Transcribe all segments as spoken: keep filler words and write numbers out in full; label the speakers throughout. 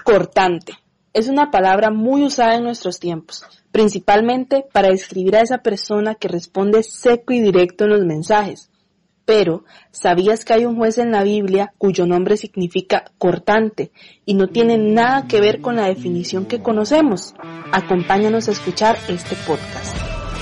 Speaker 1: Cortante. Es una palabra muy usada en nuestros tiempos, principalmente para describir a esa persona que responde seco y directo en los mensajes. Pero, ¿sabías que hay un juez en la Biblia cuyo nombre significa cortante y no tiene nada que ver con la definición que conocemos? Acompáñanos a escuchar este podcast.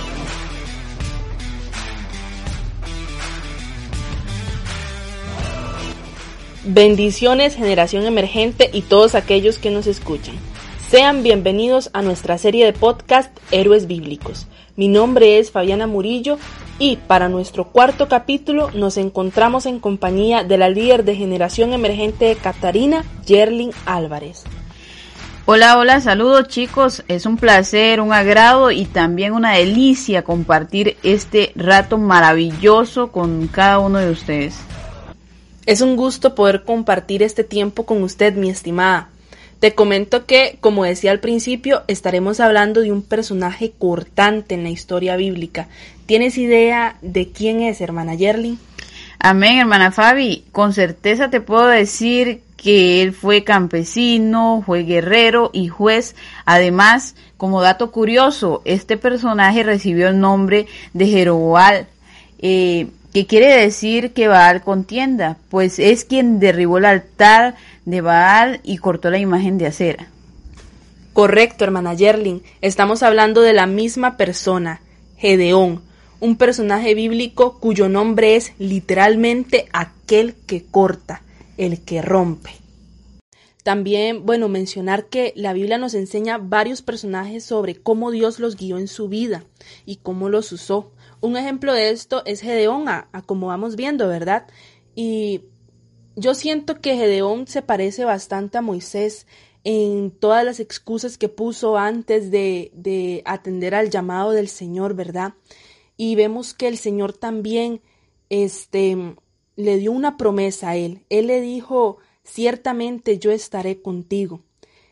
Speaker 1: Bendiciones, generación emergente y todos aquellos que nos escuchan. Sean bienvenidos a nuestra serie de podcast Héroes Bíblicos. Mi nombre es Fabiana Murillo y para nuestro cuarto capítulo nos encontramos en compañía de la líder de generación emergente de Catarina, Yerlin Álvarez.
Speaker 2: Hola, hola, saludos chicos, es un placer, un agrado y también una delicia compartir este rato maravilloso con cada uno de ustedes.
Speaker 1: Es un gusto poder compartir este tiempo con usted, mi estimada. Te comento que, como decía al principio, estaremos hablando de un personaje cortante en la historia bíblica. ¿Tienes idea de quién es, hermana Yerlin?
Speaker 2: Amén, hermana Fabi. Con certeza te puedo decir que él fue campesino, fue guerrero y juez. Además, como dato curioso, este personaje recibió el nombre de Jeroboam, eh, que quiere decir que Baal contienda, pues es quien derribó el altar de Baal y cortó la imagen de acera.
Speaker 1: Correcto, hermana Yerlin. Estamos hablando de la misma persona, Gedeón, un personaje bíblico cuyo nombre es literalmente aquel que corta, el que rompe. También, bueno, mencionar que la Biblia nos enseña varios personajes sobre cómo Dios los guió en su vida y cómo los usó. Un ejemplo de esto es Gedeón, a, a como vamos viendo, ¿verdad? Y yo siento que Gedeón se parece bastante a Moisés en todas las excusas que puso antes de, de atender al llamado del Señor, ¿verdad? Y vemos que el Señor también este, le dio una promesa a él. Él le dijo, ciertamente yo estaré contigo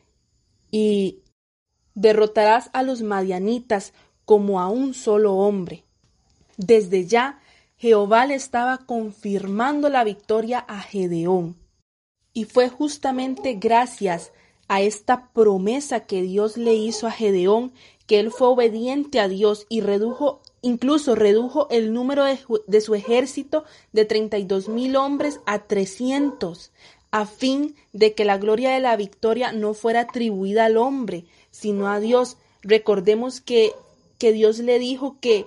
Speaker 1: y derrotarás a los madianitas como a un solo hombre. Desde ya, Jehová le estaba confirmando la victoria a Gedeón. Y fue justamente gracias a esta promesa que Dios le hizo a Gedeón que él fue obediente a Dios y redujo, incluso redujo el número de, de su ejército de treinta y dos mil hombres a trescientos, a fin de que la gloria de la victoria no fuera atribuida al hombre, sino a Dios. Recordemos que, que Dios le dijo que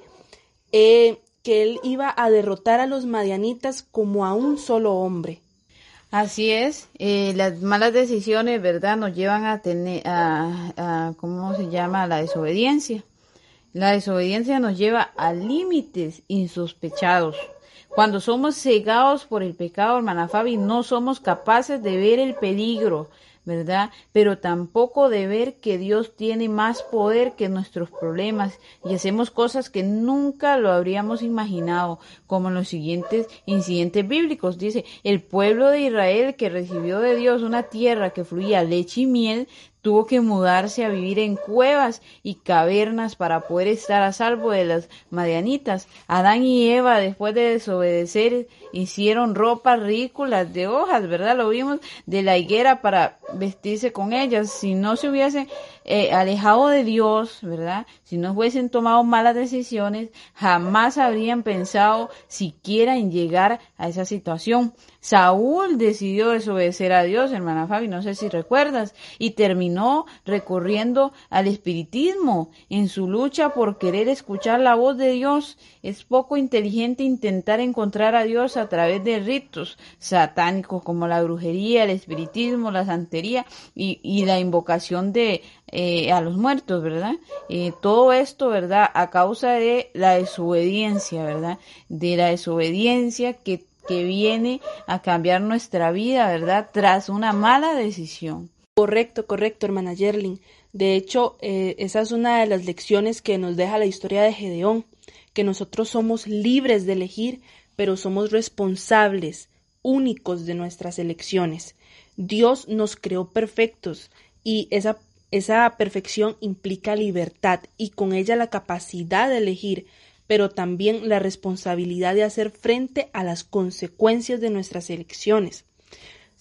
Speaker 1: Eh, que él iba a derrotar a los madianitas como a un solo hombre.
Speaker 2: Así es, eh, las malas decisiones, ¿verdad?, nos llevan a tener, a, a, ¿cómo se llama?, a la desobediencia. La desobediencia nos lleva a límites insospechados. Cuando somos cegados por el pecado, hermana Fabi, no somos capaces de ver el peligro, ¿verdad? Pero tampoco de ver que Dios tiene más poder que nuestros problemas y hacemos cosas que nunca lo habríamos imaginado, como en los siguientes incidentes bíblicos. Dice, el pueblo de Israel que recibió de Dios una tierra que fluía leche y miel, tuvo que mudarse a vivir en cuevas y cavernas para poder estar a salvo de las madianitas. Adán y Eva, después de desobedecer, hicieron ropas ridículas de hojas, ¿verdad? Lo vimos, de la higuera para vestirse con ellas. Si no se hubiesen eh, alejado de Dios, ¿verdad?, si no hubiesen tomado malas decisiones, jamás habrían pensado siquiera en llegar a esa situación. Saúl decidió desobedecer a Dios, hermana Fabi, no sé si recuerdas, y terminó recurriendo al espiritismo en su lucha por querer escuchar la voz de Dios. Es poco inteligente intentar encontrar a Dios a través de ritos satánicos como la brujería, el espiritismo, la santería y, y la invocación de eh, a los muertos, ¿verdad? Eh, todo esto, ¿verdad?, a causa de la desobediencia, ¿verdad?, de la desobediencia que que viene a cambiar nuestra vida, ¿verdad?, tras una mala decisión.
Speaker 1: Correcto, correcto, hermana Yerlin. De hecho, eh, esa es una de las lecciones que nos deja la historia de Gedeón, que nosotros somos libres de elegir, pero somos responsables, únicos de nuestras elecciones. Dios nos creó perfectos y esa, esa perfección implica libertad y con ella la capacidad de elegir, pero también la responsabilidad de hacer frente a las consecuencias de nuestras elecciones.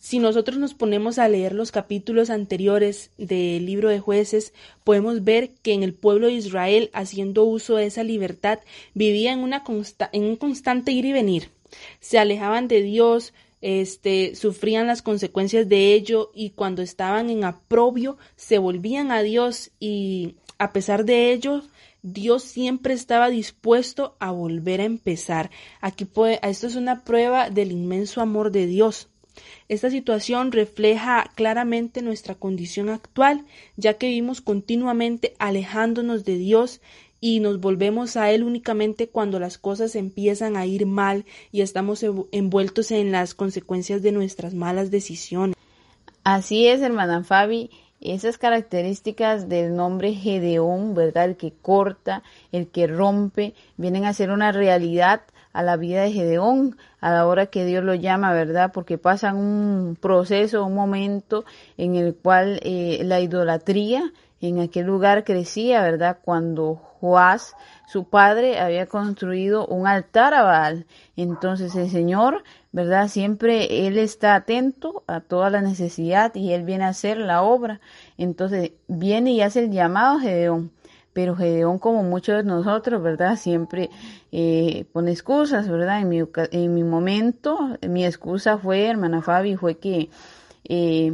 Speaker 1: Si nosotros nos ponemos a leer los capítulos anteriores del libro de Jueces, podemos ver que en el pueblo de Israel, haciendo uso de esa libertad, vivía en, una consta- en un constante ir y venir. Se alejaban de Dios, este, sufrían las consecuencias de ello, y cuando estaban en aprobio se volvían a Dios, y a pesar de ello Dios siempre estaba dispuesto a volver a empezar. Aquí puede, esto es una prueba del inmenso amor de Dios. Esta situación refleja claramente nuestra condición actual, ya que vivimos continuamente alejándonos de Dios y nos volvemos a Él únicamente cuando las cosas empiezan a ir mal y estamos envueltos en las consecuencias de nuestras malas decisiones.
Speaker 2: Así es, hermana Fabi. Esas características del nombre Gedeón, ¿verdad? El que corta, el que rompe, vienen a ser una realidad a la vida de Gedeón, a la hora que Dios lo llama, ¿verdad? Porque pasan un proceso, un momento en el cual eh, la idolatría en aquel lugar crecía, ¿verdad? Cuando Joás, su padre, había construido un altar a Baal. Entonces el Señor, ¿verdad? Siempre Él está atento a toda la necesidad y Él viene a hacer la obra. Entonces viene y hace el llamado a Gedeón. Pero Gedeón, como muchos de nosotros, ¿verdad? Siempre eh, pone excusas, ¿verdad? En mi, en mi momento, mi excusa fue, hermana Fabi, fue que, eh,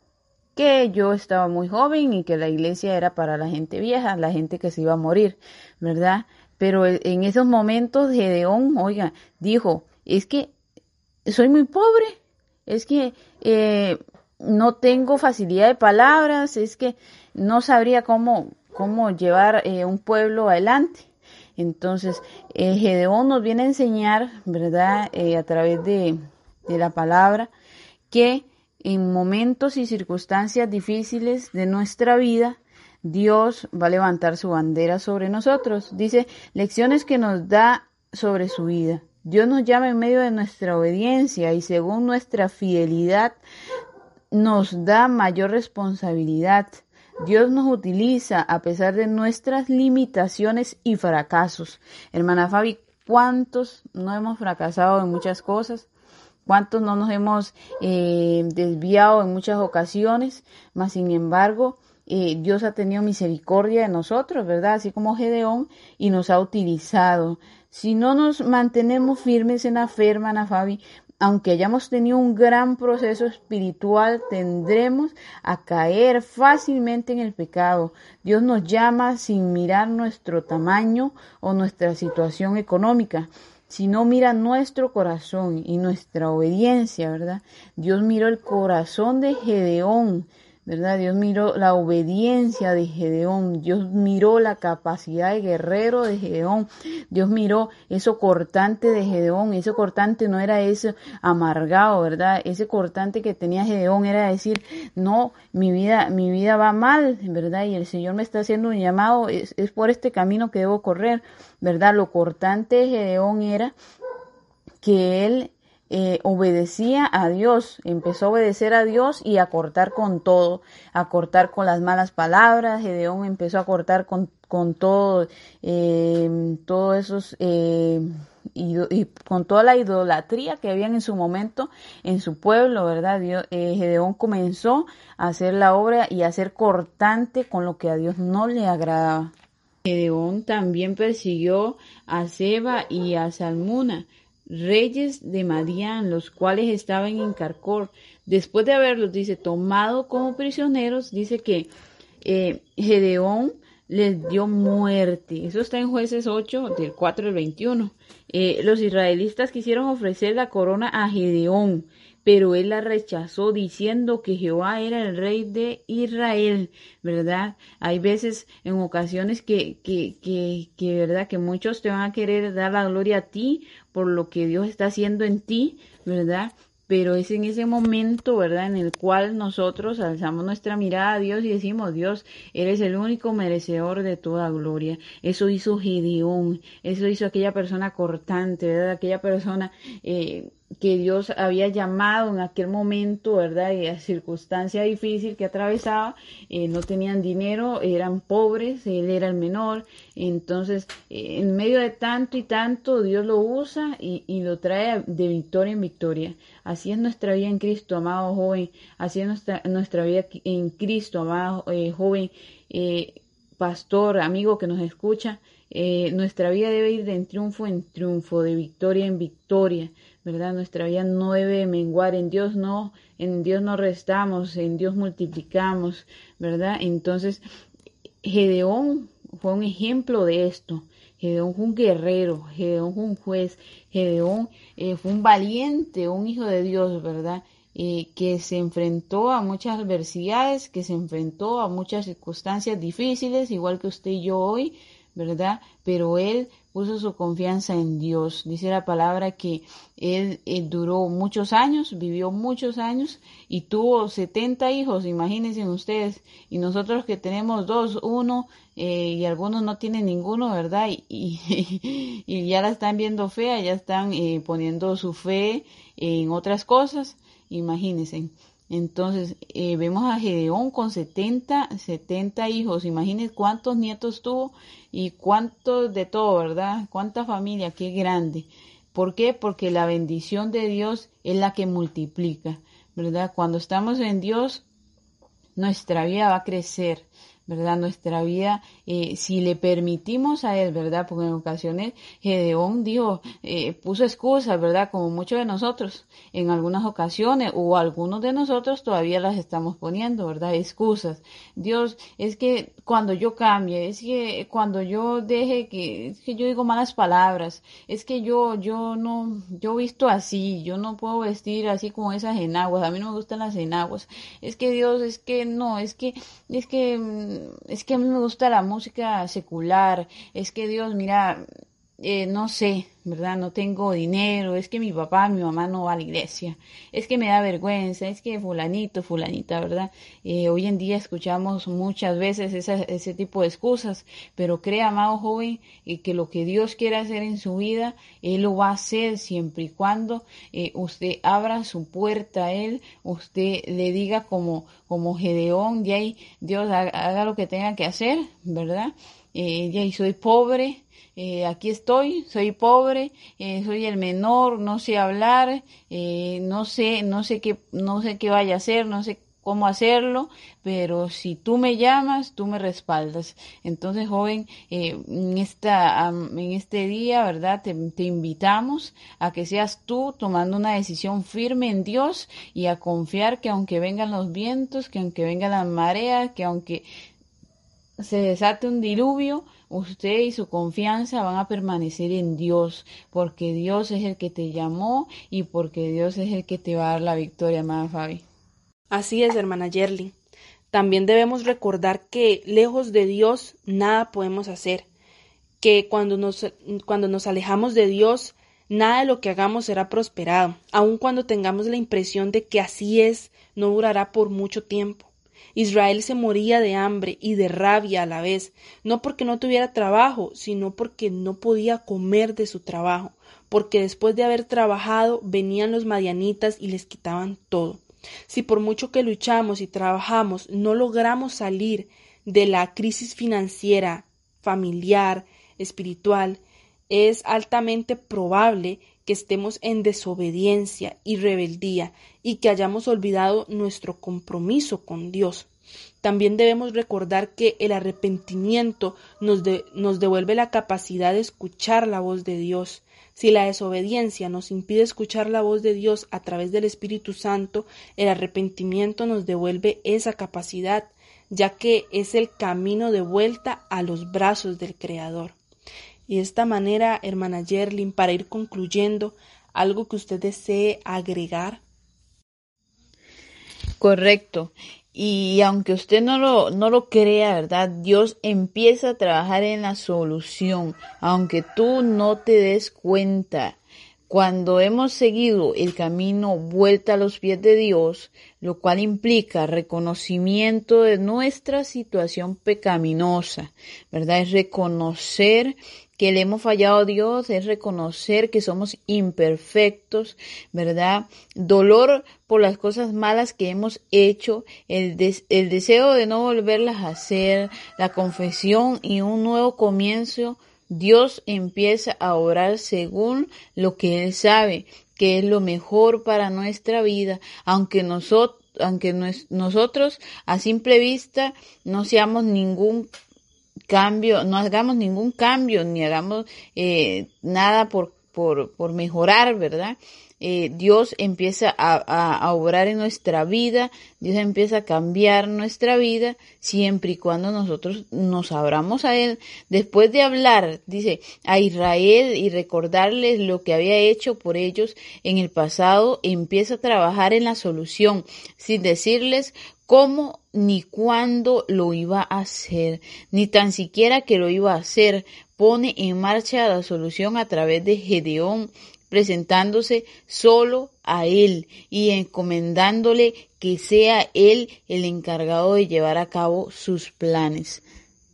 Speaker 2: que yo estaba muy joven y que la iglesia era para la gente vieja, la gente que se iba a morir, ¿verdad? Pero en esos momentos Gedeón, oiga, dijo, es que soy muy pobre, es que eh, no tengo facilidad de palabras, es que no sabría cómo... cómo llevar eh, un pueblo adelante. Entonces, eh, Gedeón nos viene a enseñar, ¿verdad?, eh, a través de, de la palabra, que en momentos y circunstancias difíciles de nuestra vida, Dios va a levantar su bandera sobre nosotros. Dice, lecciones que nos da sobre su vida. Dios nos llama en medio de nuestra obediencia y según nuestra fidelidad nos da mayor responsabilidad. Dios nos utiliza a pesar de nuestras limitaciones y fracasos. Hermana Fabi, ¿cuántos no hemos fracasado en muchas cosas? ¿Cuántos no nos hemos eh, desviado en muchas ocasiones? Mas, sin embargo, eh, Dios ha tenido misericordia de nosotros, ¿verdad? Así como Gedeón, y nos ha utilizado. Si no nos mantenemos firmes en la fe, hermana Fabi, aunque hayamos tenido un gran proceso espiritual, tendremos a caer fácilmente en el pecado. Dios nos llama sin mirar nuestro tamaño o nuestra situación económica, sino mira nuestro corazón y nuestra obediencia, ¿verdad? Dios miró el corazón de Gedeón, ¿verdad? Dios miró la obediencia de Gedeón, Dios miró la capacidad de guerrero de Gedeón, Dios miró eso cortante de Gedeón. Ese cortante no era ese amargado, ¿verdad? Ese cortante que tenía Gedeón era decir, no, mi vida, mi vida va mal, ¿verdad? Y el Señor me está haciendo un llamado, es, es por este camino que debo correr, ¿verdad? Lo cortante de Gedeón era que él Eh, obedecía a Dios, empezó a obedecer a Dios y a cortar con todo, a cortar con las malas palabras. Gedeón empezó a cortar con, con todo, eh, todos esos, eh, y, y con toda la idolatría que habían en su momento en su pueblo, ¿verdad? Dios, eh, Gedeón comenzó a hacer la obra y a ser cortante con lo que a Dios no le agradaba. Gedeón también persiguió a Seba y a Salmuna, reyes de Madián, los cuales estaban en Carcor. Después de haberlos, dice, tomado como prisioneros, dice que eh, Gedeón les dio muerte. Eso está en Jueces ocho, del cuatro al veintiuno. Eh, los israelitas quisieron ofrecer la corona a Gedeón, pero él la rechazó diciendo que Jehová era el rey de Israel, ¿verdad? Hay veces, en ocasiones que, que, que, que, ¿verdad? Que muchos te van a querer dar la gloria a ti por lo que Dios está haciendo en ti, ¿verdad? Pero es en ese momento, ¿verdad?, en el cual nosotros alzamos nuestra mirada a Dios y decimos, Dios, eres el único merecedor de toda gloria. Eso hizo Gedeón, eso hizo aquella persona cortante, ¿verdad?, aquella persona eh, que Dios había llamado en aquel momento, ¿verdad? Y la circunstancia difícil que atravesaba, eh, no tenían dinero, eran pobres, él era el menor, entonces eh, en medio de tanto y tanto Dios lo usa y, y lo trae de victoria en victoria. Así es nuestra vida en Cristo, amado joven, así es nuestra, nuestra vida en Cristo, amado eh, joven, eh, pastor, amigo que nos escucha. Eh, nuestra vida debe ir de triunfo en triunfo, de victoria en victoria, ¿verdad? Nuestra vida no debe menguar, en Dios no, en Dios no restamos, en Dios multiplicamos, ¿verdad? Entonces, Gedeón fue un ejemplo de esto. Gedeón fue un guerrero, Gedeón fue un juez, Gedeón eh, fue un valiente, un hijo de Dios, ¿verdad? Eh, que se enfrentó a muchas adversidades, que se enfrentó a muchas circunstancias difíciles, igual que usted y yo hoy, ¿verdad? Pero él puso su confianza en Dios. Dice la palabra que él, él duró muchos años, vivió muchos años y tuvo setenta hijos, imagínense ustedes. Y nosotros que tenemos dos, uno, eh, y algunos no tienen ninguno, ¿verdad? Y, y, y ya la están viendo fea, ya están eh, poniendo su fe en otras cosas, imagínense. Entonces, eh, vemos a Gedeón con setenta, setenta hijos. Imagínense cuántos nietos tuvo y cuántos de todo, ¿verdad? Cuánta familia, qué grande. ¿Por qué? Porque la bendición de Dios es la que multiplica, ¿verdad? Cuando estamos en Dios, nuestra vida va a crecer, ¿verdad? Nuestra vida, eh, si le permitimos a él, ¿verdad? Porque en ocasiones Gedeón dijo, eh, puso excusas, ¿verdad? Como muchos de nosotros, en algunas ocasiones, o algunos de nosotros todavía las estamos poniendo, ¿verdad? Excusas. Dios, es que cuando yo cambie, es que cuando yo deje que, es que yo digo malas palabras, es que yo, yo no, yo visto así, yo no puedo vestir así como esas enaguas, a mí no me gustan las enaguas, es que Dios, es que no, es que, es que, es que a mí me gusta la música secular, es que Dios, mira, eh, no sé, ¿verdad? No tengo dinero, es que mi papá, mi mamá no va a la iglesia, es que me da vergüenza, es que fulanito, fulanita, ¿verdad? Eh, hoy en día escuchamos muchas veces esa, ese tipo de excusas, pero crea, amado joven, eh, que lo que Dios quiere hacer en su vida, Él lo va a hacer siempre y cuando eh, usted abra su puerta a Él, usted le diga como, como Gedeón, de ahí Dios haga, haga lo que tenga que hacer, ¿verdad? Eh, de ahí soy pobre, Eh, aquí estoy, soy pobre, eh, soy el menor, no sé hablar, eh, no sé, no sé qué, no sé qué vaya a hacer, no sé cómo hacerlo, pero si tú me llamas, tú me respaldas. Entonces, joven, eh, en esta, um, en este día, ¿verdad? Te, te invitamos a que seas tú tomando una decisión firme en Dios y a confiar que aunque vengan los vientos, que aunque vengan las mareas, que aunque se desate un diluvio, usted y su confianza van a permanecer en Dios, porque Dios es el que te llamó y porque Dios es el que te va a dar la victoria, amada Fabi.
Speaker 1: Así es, hermana Yerlin. También debemos recordar que lejos de Dios nada podemos hacer, que cuando nos, cuando nos alejamos de Dios, nada de lo que hagamos será prosperado, aun cuando tengamos la impresión de que así es, no durará por mucho tiempo. Israel se moría de hambre y de rabia a la vez, no porque no tuviera trabajo, sino porque no podía comer de su trabajo, porque después de haber trabajado venían los madianitas y les quitaban todo. Si por mucho que luchamos y trabajamos no logramos salir de la crisis financiera, familiar, espiritual, es altamente probable que estemos en desobediencia y rebeldía y que hayamos olvidado nuestro compromiso con Dios. También debemos recordar que el arrepentimiento nos, de, nos devuelve la capacidad de escuchar la voz de Dios. Si la desobediencia nos impide escuchar la voz de Dios a través del Espíritu Santo, el arrepentimiento nos devuelve esa capacidad, ya que es el camino de vuelta a los brazos del Creador. Y de esta manera, hermana Yerlin, para ir concluyendo, ¿algo que usted desee agregar?
Speaker 2: Correcto. Y aunque usted no lo, no lo crea, ¿verdad? Dios empieza a trabajar en la solución, aunque tú no te des cuenta. Cuando hemos seguido el camino vuelta a los pies de Dios, lo cual implica reconocimiento de nuestra situación pecaminosa, ¿verdad? Es reconocer que le hemos fallado a Dios, es reconocer que somos imperfectos, ¿verdad? Dolor por las cosas malas que hemos hecho, el, des- el deseo de no volverlas a hacer, la confesión y un nuevo comienzo. Dios empieza a orar según lo que Él sabe, que es lo mejor para nuestra vida, aunque nosotros, aunque nos- nosotros a simple vista no seamos ningún cambio, no hagamos ningún cambio, ni hagamos eh, nada por, por, por mejorar, ¿verdad? Eh, Dios empieza a, a, a obrar en nuestra vida, Dios empieza a cambiar nuestra vida, siempre y cuando nosotros nos abramos a Él. Después de hablar, dice, a Israel y recordarles lo que había hecho por ellos en el pasado, empieza a trabajar en la solución, sin decirles cómo ni cuándo lo iba a hacer, ni tan siquiera que lo iba a hacer. Pone en marcha la solución a través de Gedeón, presentándose solo a Él y encomendándole que sea Él el encargado de llevar a cabo sus planes.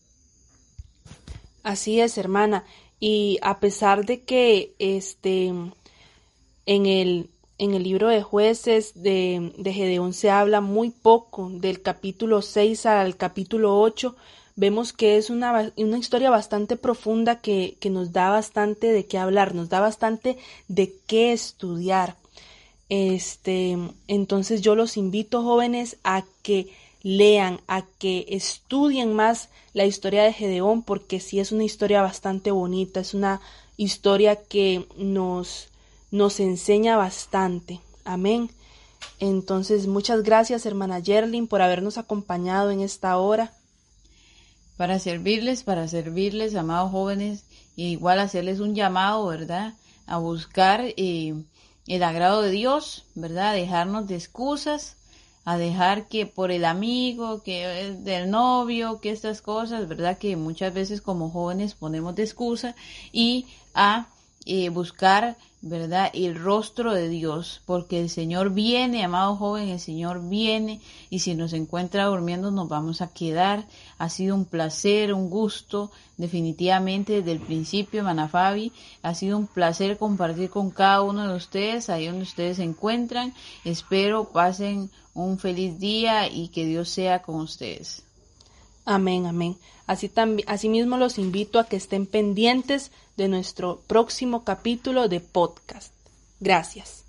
Speaker 1: Así es, hermana. Y a pesar de que este en el en el libro de Jueces de, de Gedeón se habla muy poco, del capítulo seis al capítulo ocho, vemos que es una, una historia bastante profunda que, que nos da bastante de qué hablar, nos da bastante de qué estudiar. Este, entonces yo los invito, jóvenes, a que lean, a que estudien más la historia de Gedeón, porque sí es una historia bastante bonita, es una historia que nos, nos enseña bastante. Amén. Entonces, muchas gracias, hermana Yerlin, por habernos acompañado en esta hora.
Speaker 2: Para servirles, para servirles, amados jóvenes, y igual hacerles un llamado, ¿verdad? A buscar eh, el agrado de Dios, ¿verdad? A dejarnos de excusas, a dejar que por el amigo, que del novio, que estas cosas, ¿verdad? Que muchas veces como jóvenes ponemos de excusa, y a eh, buscar, ¿verdad? El rostro de Dios, porque el Señor viene, amado joven, el Señor viene, y si nos encuentra durmiendo nos vamos a quedar. Ha sido un placer, un gusto, definitivamente desde el principio, hermana Fabi, ha sido un placer compartir con cada uno de ustedes, ahí donde ustedes se encuentran. Espero pasen un feliz día y que Dios sea con ustedes.
Speaker 1: Amén, amén. Así también, asimismo los invito a que estén pendientes de nuestro próximo capítulo de podcast. Gracias.